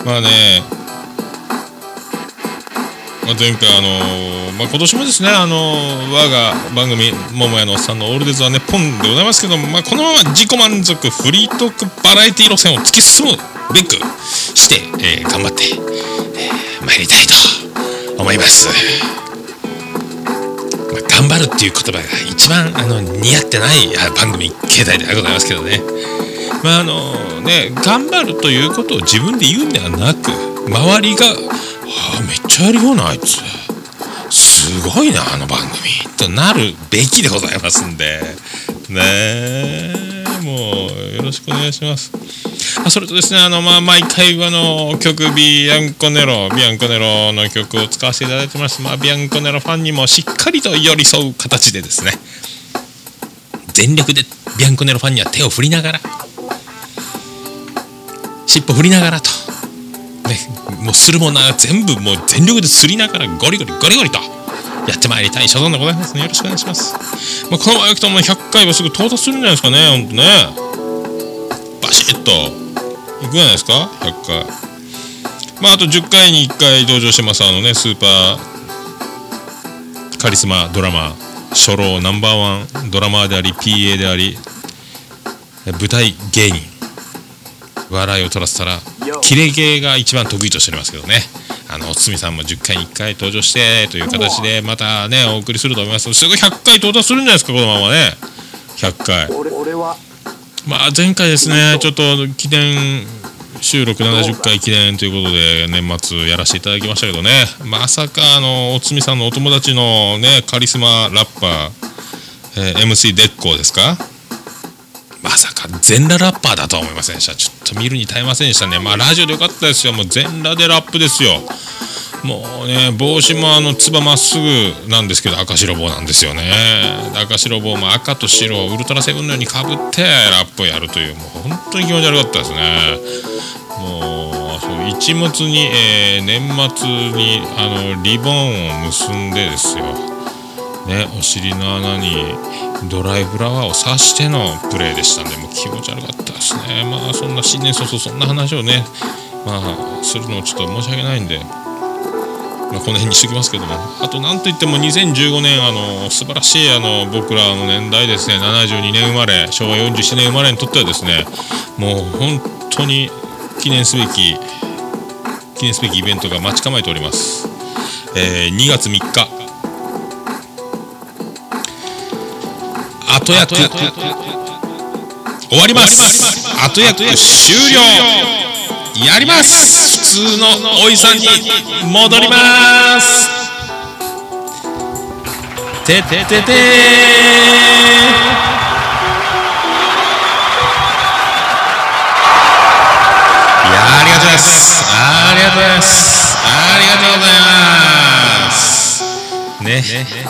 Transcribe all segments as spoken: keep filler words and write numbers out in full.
まあね、まあ、前回あのーまあ、今年もですね、あのー、我が番組桃屋のおっさんのオールデザーネッポンでございますけども、まあ、このまま自己満足フリートークバラエティ路線を突き進むべくして、えー、頑張って、えー、参りたいと思います。まあ、頑張るっていう言葉が一番あの似合ってない番組形態でございますけどね。まああのね、頑張るということを自分で言うんではなく、周りがあめっちゃやるようなあいつすごいなあの番組となるべきでございますんでねえ、もうよろしくお願いします。あ、それとですね、あのまあ毎回あの曲ビアンコネロビアンコネロの曲を使わせていただいてます。まあビアンコネロファンにもしっかりと寄り添う形でですね、全力でビアンコネロファンには手を振りながら、尻尾振りながらとね、もうするもんな全部もう全力で擦りながらゴリゴリゴリゴリとやってまいりたい所存でございますね。よろしくお願いします。まあ、このままいくともうひゃっかいはすぐ到達するんじゃないですかね。ほんとね、バシッといくじゃないですか、ひゃっかい。まああとじゅっかいにいっかい登場してます、あのね、スーパーカリスマドラマ初老ナンバーワンドラマーであり ピーエー であり舞台芸人、笑いを取らせたらキレ芸が一番得意としておりますけどね、あのおつみさんもじゅっかいにいっかい登場してという形でまたねお送りすると思います。すぐひゃっかい到達するんじゃないですか、このままね。ひゃっかい、まあ前回ですね、ちょっと記念収録ななじゅっかい記念ということで年末やらせていただきましたけどね、まさかあのおつみさんのお友達のねカリスマラッパー、えー、エムシー デッコーですか、まさか全裸ラッパーだとは思いませんでした。ちょっと見るに耐えませんでしたね。まあラジオでよかったですよ。もう全裸でラップですよ。もうね、帽子もあのつばまっすぐなんですけど赤白帽なんですよね。赤白帽も赤と白をウルトラセブンのようにかぶってラップをやるという、もう本当に気持ち悪かったですね。もうそう一物に、えー、年末にあのリボンを結んでですよね、お尻の穴にドライフラワーを刺してのプレーでしたんで、もう気持ち悪かったですね。まあそんな新年早々そんな話をね、まあするのちょっと申し訳ないんで、まあ、この辺にしときますけども、あとなんといってもにせんじゅうごねんあの素晴らしいあの僕らの年代ですね、ななじゅうにねん生まれしょうわよんじゅうななねん生まれにとってはですね、もう本当に記念すべき記念すべきイベントが待ち構えております。えー、にがつみっか後役終わります。後役終了やります。普通のおいさんに戻ります。ててててー、いやありがとうございます。ありがとうございます。ありがとうございますね。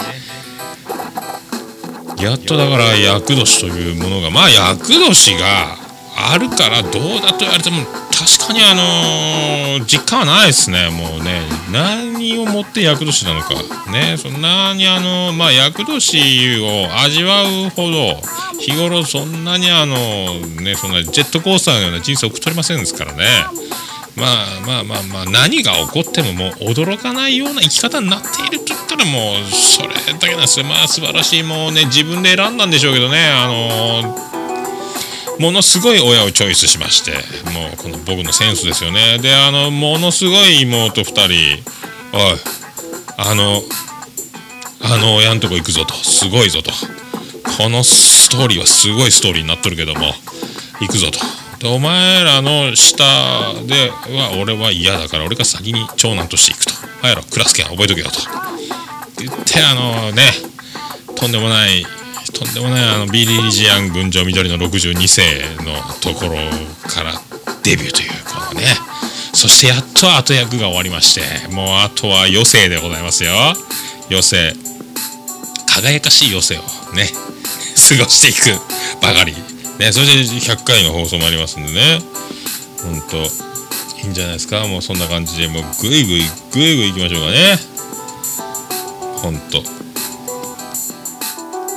やっとだから厄年というものが、まあ厄年があるからどうだと言われても確かにあのー、実感はないですね。もうね、何をもって厄年なのかね、そんなにあのまあ厄年を味わうほど日頃そんなにあのねそんなジェットコースターのような人生を送っておりませんですからね。まあまあまあまあ何が起こってももう驚かないような生き方になっていると言ったらもうそれだけなんですよ。まあ素晴らしい、もうね自分で選んだんでしょうけどね、あのーものすごい親をチョイスしまして、もうこの僕のセンスですよね。であのものすごい妹ふたり、おいあのあの親んとこ行くぞと、すごいぞと、このストーリーはすごいストーリーになっとるけども行くぞと、でお前らの下では俺は嫌だから俺が先に長男としていくと、お前らクラス券覚えとけよと言ってあのねとんでもないとんでもないあのビリー・ジアン群青緑のろくじゅうにせいのところからデビューというこのね、そしてやっと後役が終わりまして、もうあとは余生でございますよ。余生、輝かしい余生をね過ごしていくばかりね。そしてひゃっかいの放送もありますんでね、ほんといいんじゃないですか。もうそんな感じでもうグイグイグイグイいきましょうかね。ほんと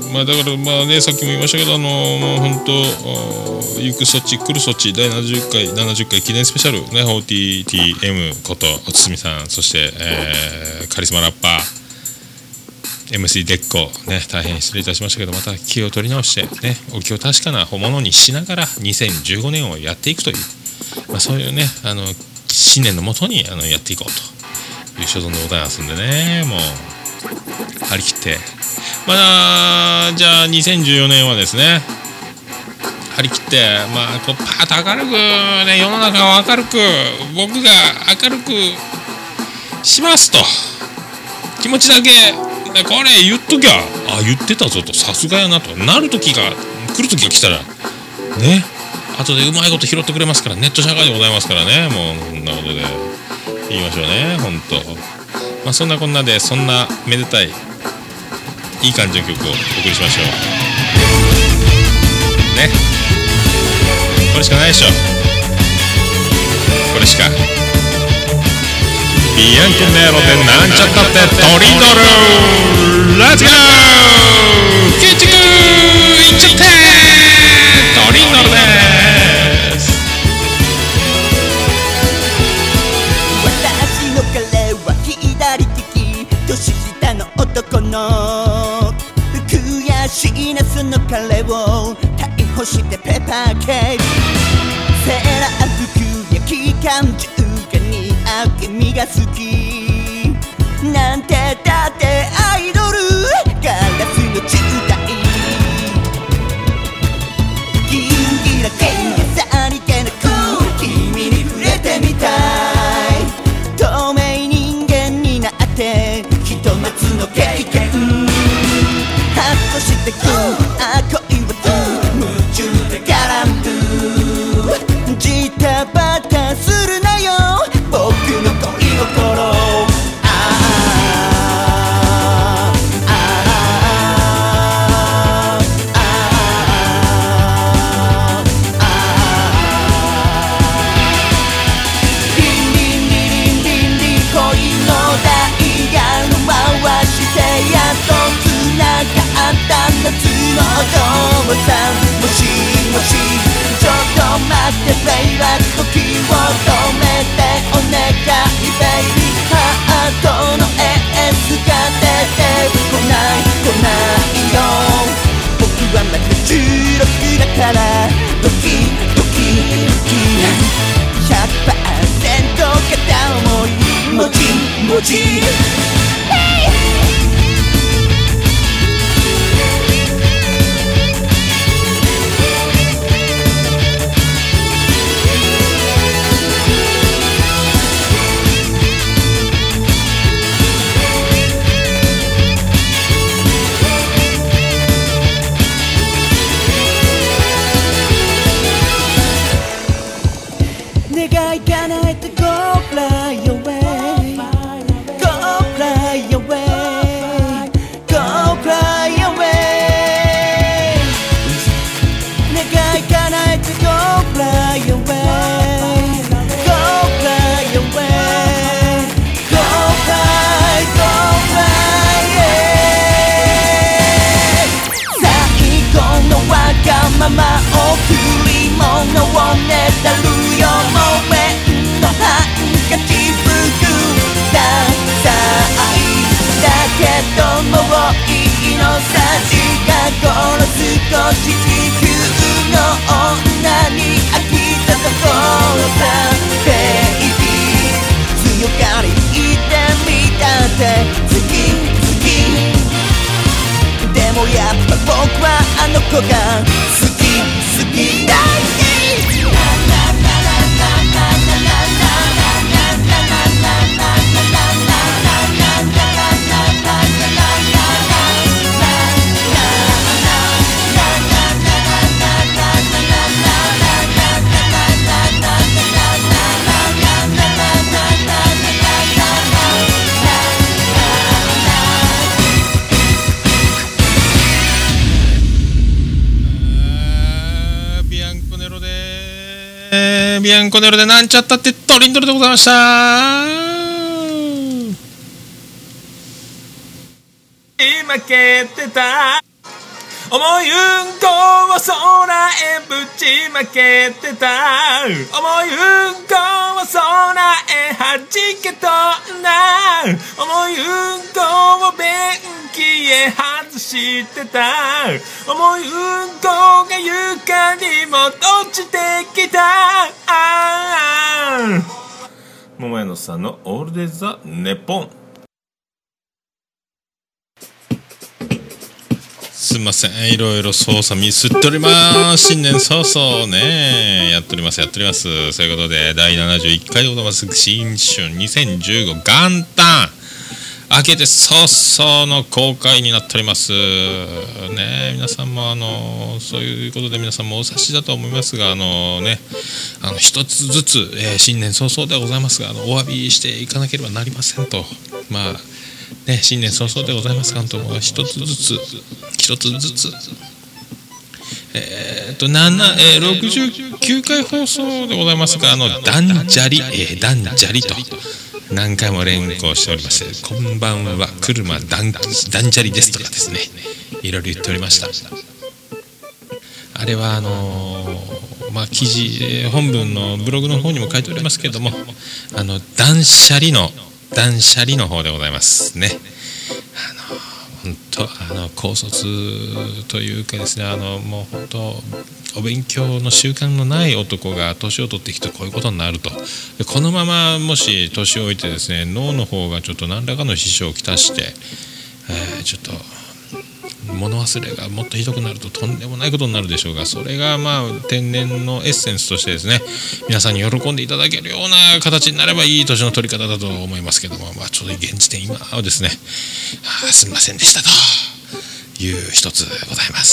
まあだからまあね、さっきも言いましたけど、あのもう本当行くそっち来るそっちだいななじゅっかいななじゅっかい記念スペシャルね、 オーティーティーエム ことおつみさん、そして、えー、カリスマラッパー エムシー デッコね、大変失礼いたしましたけど、また気を取り直してね、お気を確かなものにしながらにせんじゅうごねんをやっていくという、まあ、そういうね、あの信念のもとにあのやっていこうという所存でございますんでね、もう張り切って、まあじゃあにせんじゅうよねんはですね、張り切ってまあこうパーッと明るくね、世の中を明るく、僕が明るくしますと気持ちだけこれ言っときゃ、あ言ってたぞと、さすがやなとなる時が来る時が来たらね、後でうまいこと拾ってくれますから、ネット社会でございますからね、もうそんなことで言いましょうね、本当。まあそんなこんなで、そんなめでたいいい感じの曲をお送りしましょうね。これしかないでしょ、これしか。ビアンコネロでなんちゃったってトリドル、レッツゴー、キッチクいっちゃってトリドルです。 私の彼は左利き、年下の男の悔しいな、その彼を逮捕してペーパーケーキ、セーラー服や機関銃が似合う君が好き、なんてだってアイドルガラスの時代、ギンギラギンガさりげなく君に触れてみたい、透明人間になってひと夏の経験、ハッとしてくあ恋はドゥ夢中で絡むジタバタするなよ僕の恋心、あああああリンリンリリンリンリン恋のダイヤル回してやっとつながった夏のお父さん、もしもしちょっと待ってベイバー、時を止めてお願いベイビー、ハートのエースが出てこない来ないよ、僕はまだじゅうろくだからドキドキドキ ひゃくパーセント 片思いもじもじ願い叶えて Go fly away Go fly away Go fly away 願い叶えて Go fly away Go fly away Go fly Go fly away 最後のわがまま贈り物をねだるよ、もう面のハンカチ服ダサいだけどもういいのさ、時間殺す少し地球の女に飽きたところさ、ベイビー強がり言ってみたって好き好き、でもやっぱ僕はあの子が好き好きだビアンコネロでなんちゃったってトリンドルでございました。 負けてた重いうんこを空へぶちまけてた。重いうんこを空へ弾けとんだ。重いうんこを便器へ外してた。重いうんこが床にも落ちてきた。桃屋のさんのオールデイズ・ザ・ネポン。すいません、いろいろ操作ミスっております。新年早々ねやっておりますやっております。そういうことでだいななじゅういっかいでございます。新春にせんじゅうご元旦明けて早々の公開になっておりますね。皆さんもあのそういうことで皆さんもお察しだと思いますが、あのねあの一つずつ、えー、新年早々ではございますが、あのお詫びしていかなければなりませんと。まあね、新年早々でございますが、一つずつ一つずつえー、っとなな、えー、ろくじゅうきゅうかい放送でございますが、あのダンジャリ、えー、ダンジャリと何回も連呼しておりまして、こんばんは車ダン、ダンジャリですとかですね、いろいろ言っておりました。あれはあのー、まあ記事、えー、本文のブログの方にも書いておりますけれども、あの断捨離の断捨離の方でございますね。あの本当あの高卒というかですね、あのもう本当お勉強の習慣のない男が年を取ってきてこういうことになると。でこのままもし年を置いてですね、脳の方がちょっと何らかの支障をきたして、えー、ちょっと物忘れがもっとひどくなるととんでもないことになるでしょうが、それがまあ天然のエッセンスとしてですね、皆さんに喜んでいただけるような形になればいい年の取り方だと思いますけども、まあちょうど現時点今はですね、あすみませんでしたという一つございます。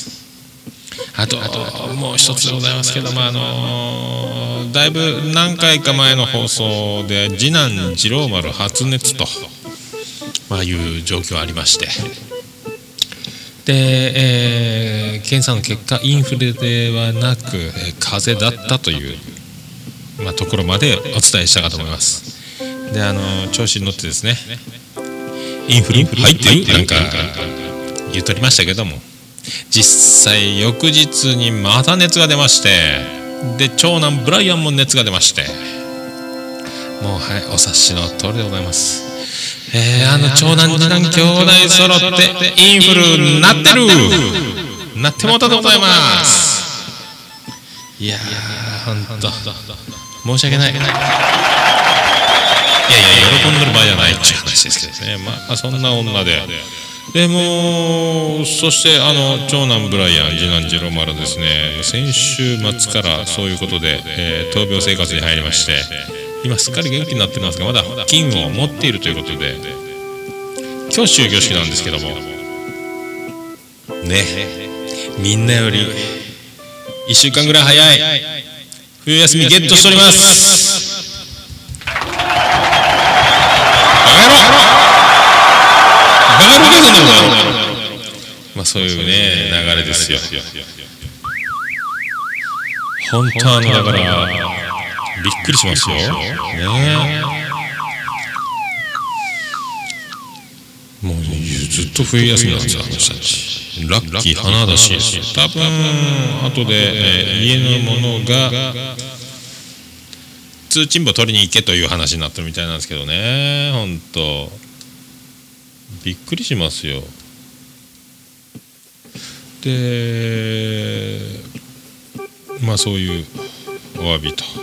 あともう一つでございますけども、あのー、だいぶ何回か前の放送で次男次郎丸発熱と、まあ、いう状況ありまして、で、えー、検査の結果インフレではなく、えー、風邪だったという、まあ、ところまでお伝えしたかと思います。であの調子に乗ってですね、インフル入ってるなんか言っとりましたけども、実際翌日にまた熱が出まして、で長男ブライアンも熱が出まして、もうはいお察しの通りでございます。えー、あの長男次男兄弟揃ってインフルなってるなってもうたでございます。いやーほんと申し訳ない。いやいや喜んでる場合じゃないっていう話ですけどね。まあそんな女で、でもそしてあの長男ブライアン次男次郎丸ですね、先週末からそういうことで、えー、闘病生活に入りまして、今すっかり元気になってますが、まだ金を持っているということで、今日終業式なんですけどもね、みんなよりいっしゅうかんぐらい早い冬休みゲットしております。バカ野郎バカ野郎ですね。まあそういうね流れですよ。本当あのだからびっくりしますよ、ね、もうずっと冬休みなんですよ、あの人たち。ラッキー花だし、多分後で、えー、家のものが通賃簿取りに行けという話になってるみたいなんですけどね、ほんとびっくりしますよ。でまあそういうお詫びと、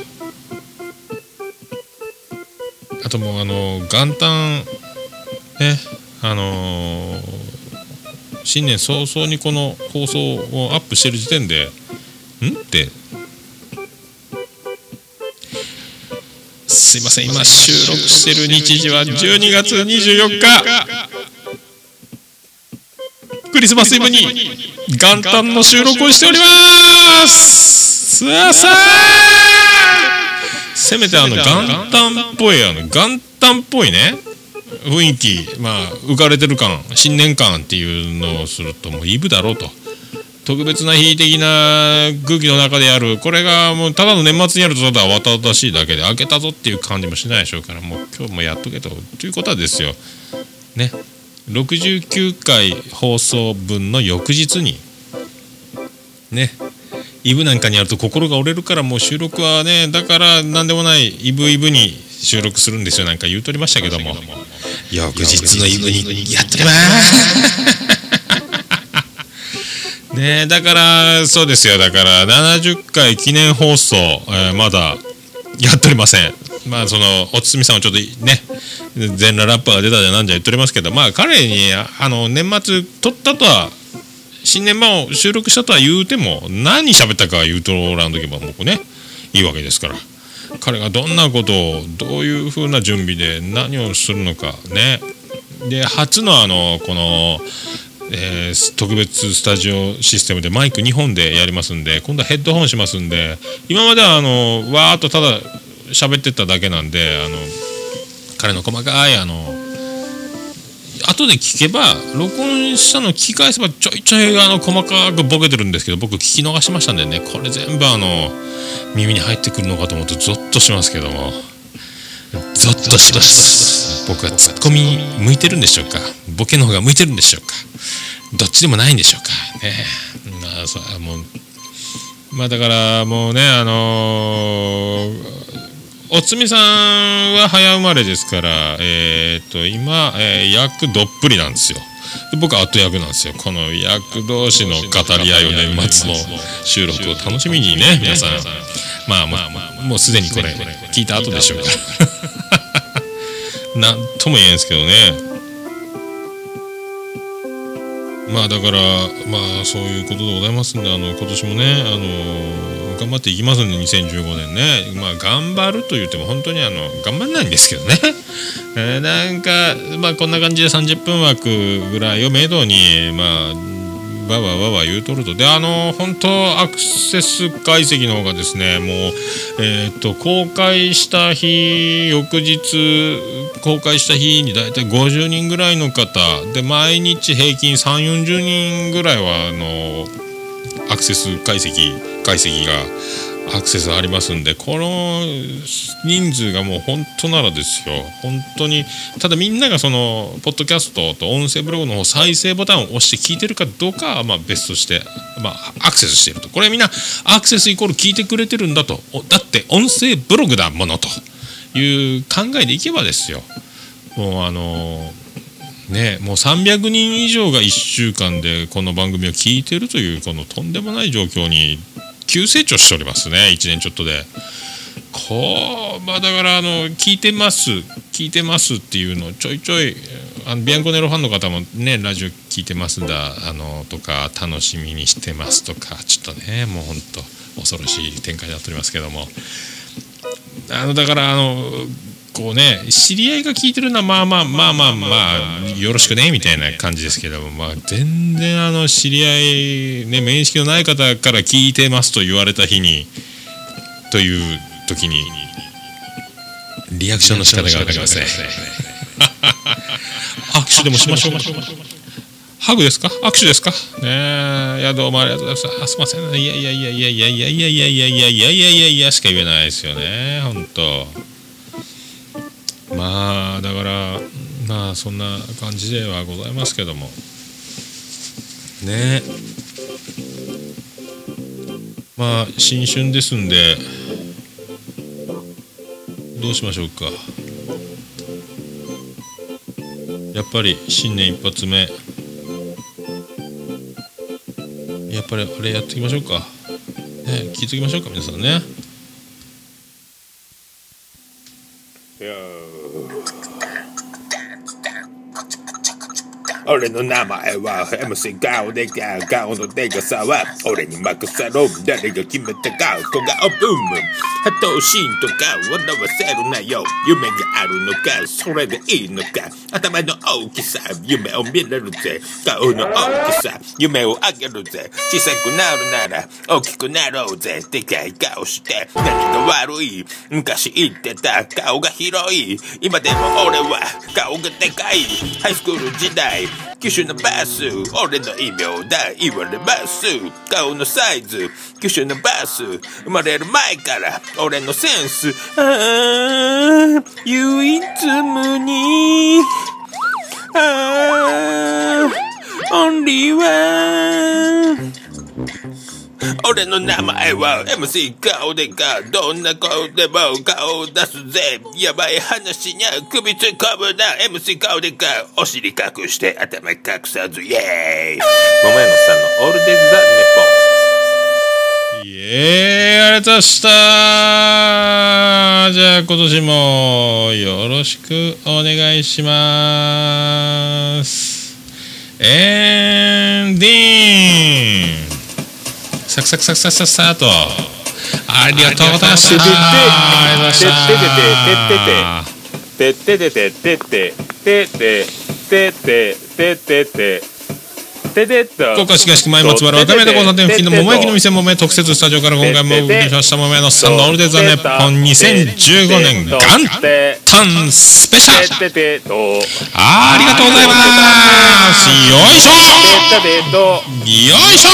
あともうあの元旦ね、あのー、新年早々にこの放送をアップしてる時点でんってすいません、今収録してる日時はじゅうにがつにじゅうよっかクリスマスイブに元旦の収録をしております。さあさあせめてあの元旦っぽいあの元旦っぽいね雰囲気、まあ浮かれてる感、新年感っていうのをするともうイブだろうと、特別な日的な空気の中でやる、これがもうただの年末にやるとただ慌ただしいだけで開けたぞっていう感じもしないでしょうから、もう今日もやっとけとということはですよね、 ろくじゅうきゅうかい放送分の翌日にね、イブなんかにやると心が折れるからもう収録はね、だからなんでもないイブイブに収録するんですよなんか言うとりましたけども、翌日のイブにやってりますね。だからそうですよ、だからななじゅっかい記念放送、えー、まだやっておりません。まあそのおつみさんはちょっとね全裸ラッパーが出たじゃなんじゃ言っておりますけど、まあ彼にあの年末撮ったとは新年版を収録したとは言うても何喋ったかは言うとらんとけばもうねいいわけですから、彼がどんなことをどういう風な準備で何をするのかね。で初のあのこの、えー、特別スタジオシステムでマイクにほんでやりますんで、今度はヘッドホンしますんで、今まではあのわーっとただ喋ってただけなんで、あの彼の細かいあの後で聞けば録音したの聞き返せばちょいちょいあの細かくボケてるんですけど、僕聞き逃しましたんでね、これ全部あの耳に入ってくるのかと思うとゾッとしますけども、ゾッとします。僕はツッコミ向いてるんでしょうか、ボケの方が向いてるんでしょうか、どっちでもないんでしょうかね。まあそうもうまあだからもうね、あのーおつみさんは早生まれですから、えー、と今、えー、役どっぷりなんですよ。で僕は後役なんですよ。この役同士の語り合いを年末の収録を楽しみにね、皆さんまあまあまあもうすでにこれ聞いた後でしょうかなんとも言えんですけどね。まあだからまあそういうことでございますんで、あの今年もね、あのー、頑張っていきますんでにせんじゅうごねんね。まあ頑張ると言っても本当にあの頑張んないんですけどねえー、なんかまあこんな感じでさんじゅっぷん枠ぐらいをめどにまあわわわわ言うとると、であの本当アクセス解析の方がですね、もうえっと公開した日翌日公開した日にだいたいごじゅうにんぐらいの方で、毎日平均さんじゅうよんじゅうにんぐらいはあのアクセス解析解析がアクセスありますんで、この人数がもう本当ならですよ、本当にただみんながそのポッドキャストと音声ブログの方再生ボタンを押して聞いてるかどうかはまあ別として、まあアクセスしていると、これみんなアクセスイコール聞いてくれてるんだと、だって音声ブログだものという考えでいけばですよ、もうあのね、もうさんびゃくにん以上がいっしゅうかんでこの番組を聞いてるというこのとんでもない状況に急成長しておりますね、いちねんちょっとで。こうまあだからあの聞いてます聞いてますっていうのをちょいちょいあのビアンコネロファンの方もね、ラジオ聞いてますんだあのとか楽しみにしてますとか、ちょっとねもうほんと恐ろしい展開になっておりますけども、あのだからあのこうね、知り合いが聞いてるのはまあまあまあまあまあよろしくねみたいな感じですけども、まあ全然あの知り合いね、面識のない方から聞いてますと言われた日にという時にリアクションの仕方が分かりません握手でもしましょうハグですか握手ですかねえ、いやどうもありがとうございます。あすいません、いやいやいやいやいやいやいやいやいやいやいやいやいやいやしか言えないですよね本当。まあだからまあそんな感じではございますけどもね。まあ新春ですんでどうしましょうか。やっぱり新年一発目やっぱりあれやっていきましょうかね、聞いておきましょうか皆さんね。 いや俺の名前は エムシー 顔でか顔のでかさは俺に任せろ、誰が決めたか小顔ブーム波頭シーンとか笑わせるなよ、夢があるのかそれでいいのか、頭の大きさ夢を見れるぜ、顔の大きさ夢をあげるぜ、小さくなるなら大きくなろうぜ、でかい顔して何が悪い、昔言ってた顔が広い、今でも俺は顔がでかい、ハイスクール時代九州のバス俺の異名だ言われます、顔のサイズ九州のバス生まれる前から俺のセンスああ唯一無二ああ俺の名前は エムシー 顔でか、どんな顔でも顔を出すぜ。やばい話にゃ首突っ込むな。 エムシー 顔でか、お尻隠して頭隠さずイエーイ。桃屋のさんのオールデイズ・ザ・ネポン。 イエーイ、ありがとうございました。じゃあ今年もよろしくお願いします。エンディングサクサクサクサクサクサクとありがとうございました。ありがとうございました。 てってててててててててててて福岡市東区前松原若宮と交差点付近の桃焼きの店桃屋特設スタジオから今回もお送りしました桃屋のさんのオールデイズ・ザ・ネッポンにせんじゅうごねん元旦スペシャル。ありがとうございます。よいしょよいしょ。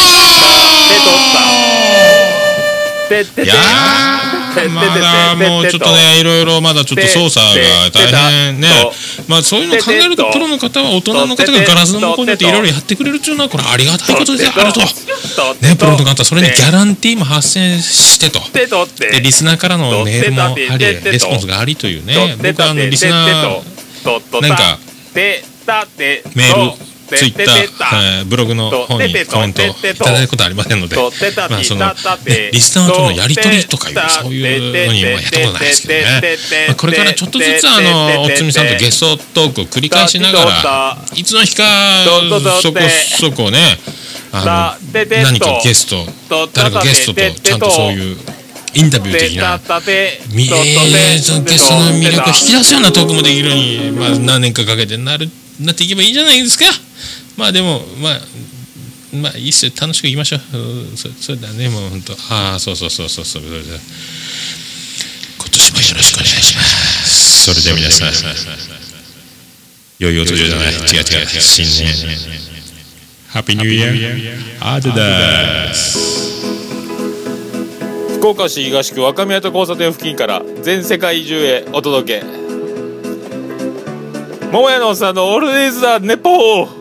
いやーまだもうちょっとねいろいろまだちょっと操作が大変ね。まあそういうのを考えるとプロの方は大人の方がガラスの向こうにいていろいろやってくれるっていうのはこれありがたいことであるとね。プロの方それにギャランティーも発生してとでリスナーからのメールもありレスポンスがありというね。僕はあのリスナーなんかメールツイッター、ブログの方にコメントいただくことはありませんので、まあそのねリスナーとのやり取りとかいうそういうのにもやったことないですけどね。まあこれからちょっとずつあのおつみさんとゲストトークを繰り返しながらいつの日かそこそこねあの何かゲスト誰かゲストとちゃんとそういうインタビュー的なみえーそのゲストの魅力を引き出すようなトークもできるようにまあ何年かかけてなるなっていけばいいじゃないですか。まあでもまあまあいいっすよ、楽しくいきましょう。そ, それだねもう本当。ああそうそうそうそうそう。それで今年もよろしくお願いします。それでは皆さん良いお年をじゃない違う違う新年ハッピーニューイヤーアデダス。 福岡市東区若宮と交差点付近から全世界中へお届け桃屋のおっさんのオールデイズ・ザ・ネポー。